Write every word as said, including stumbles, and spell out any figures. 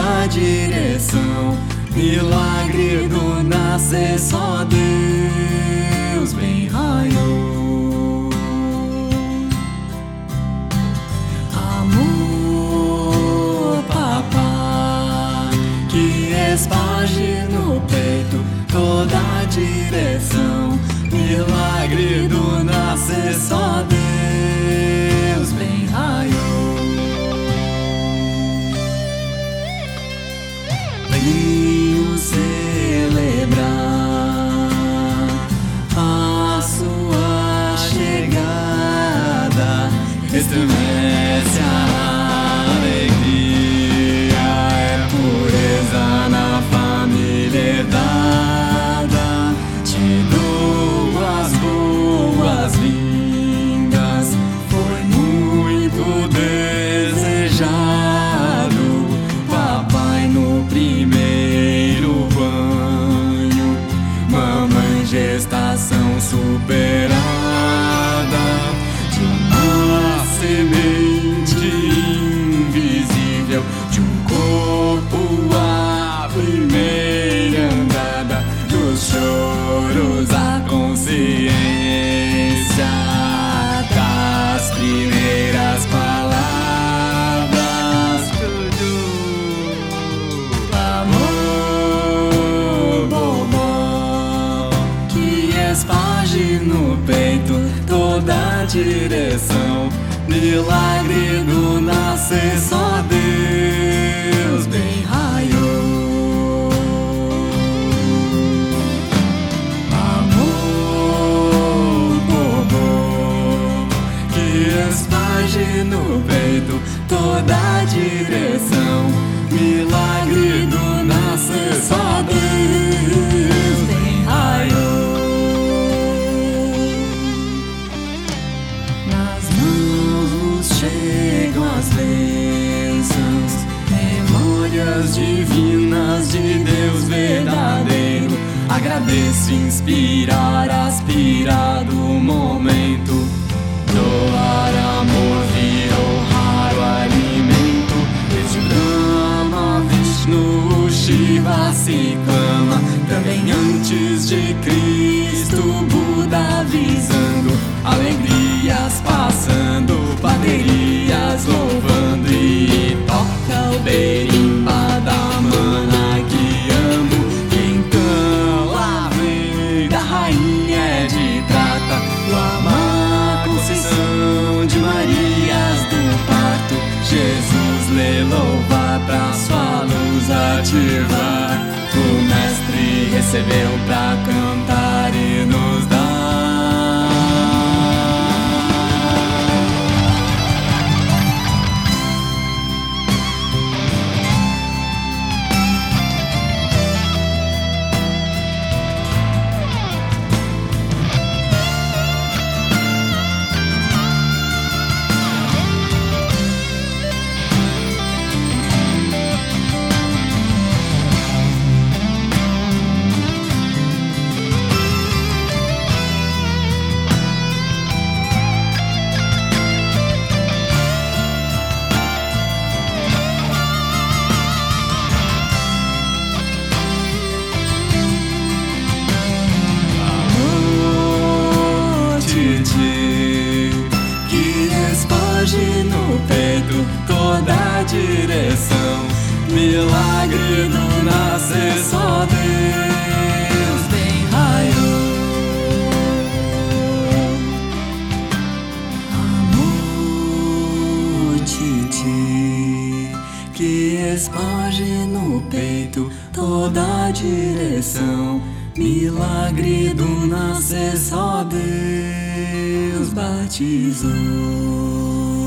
toda a direção. Milagre do nascer, só Deus bem raiou. Amor, papá, que esparge no peito toda a direção. Milagre do nascer, só Deus bem raiou. Venho celebrar a sua chegada. Estremece a alegria, é pureza na família herdada. Te dou as boas-vindas, foi muito desejado. Papai no primeiro banho, mamãe gestação superada. De uma semente invisível, de um corpo a primeira andada, dos choros a consciência, das primeiras palavras. Tudo amor, bobó, que esparge no peito toda a direção. Milagre do nascer, só Deus bem raiou. Amor, bobó, que esparge no peito toda a direção. Milagre do nascer, só Deus bem raiou. Nas mãos chegam as bênçãos, memórias divinas de Deus verdadeiro. Agradeço, inspirar, aspirar do momento. Doar amor virou raro alimento. Desde Brahma, Vishnu, Shiva se clama. Também antes de Cristo, Buda avisando. Alegrias passando, baterias louvando. E toca o berimbau da mana que amo. Então lá vem da rainha de prata, do amar Conceição de Marias do parto. Jesus lhe louvar, pra sua luz ativar. O mestre recebeu pra cantar e nos dar. Que esparge no peito toda a direção. Milagre do nascer, só Deus bem raiou. Amor, titi, que esparge no peito toda a direção. Milagre do nascer, só Deus batizou.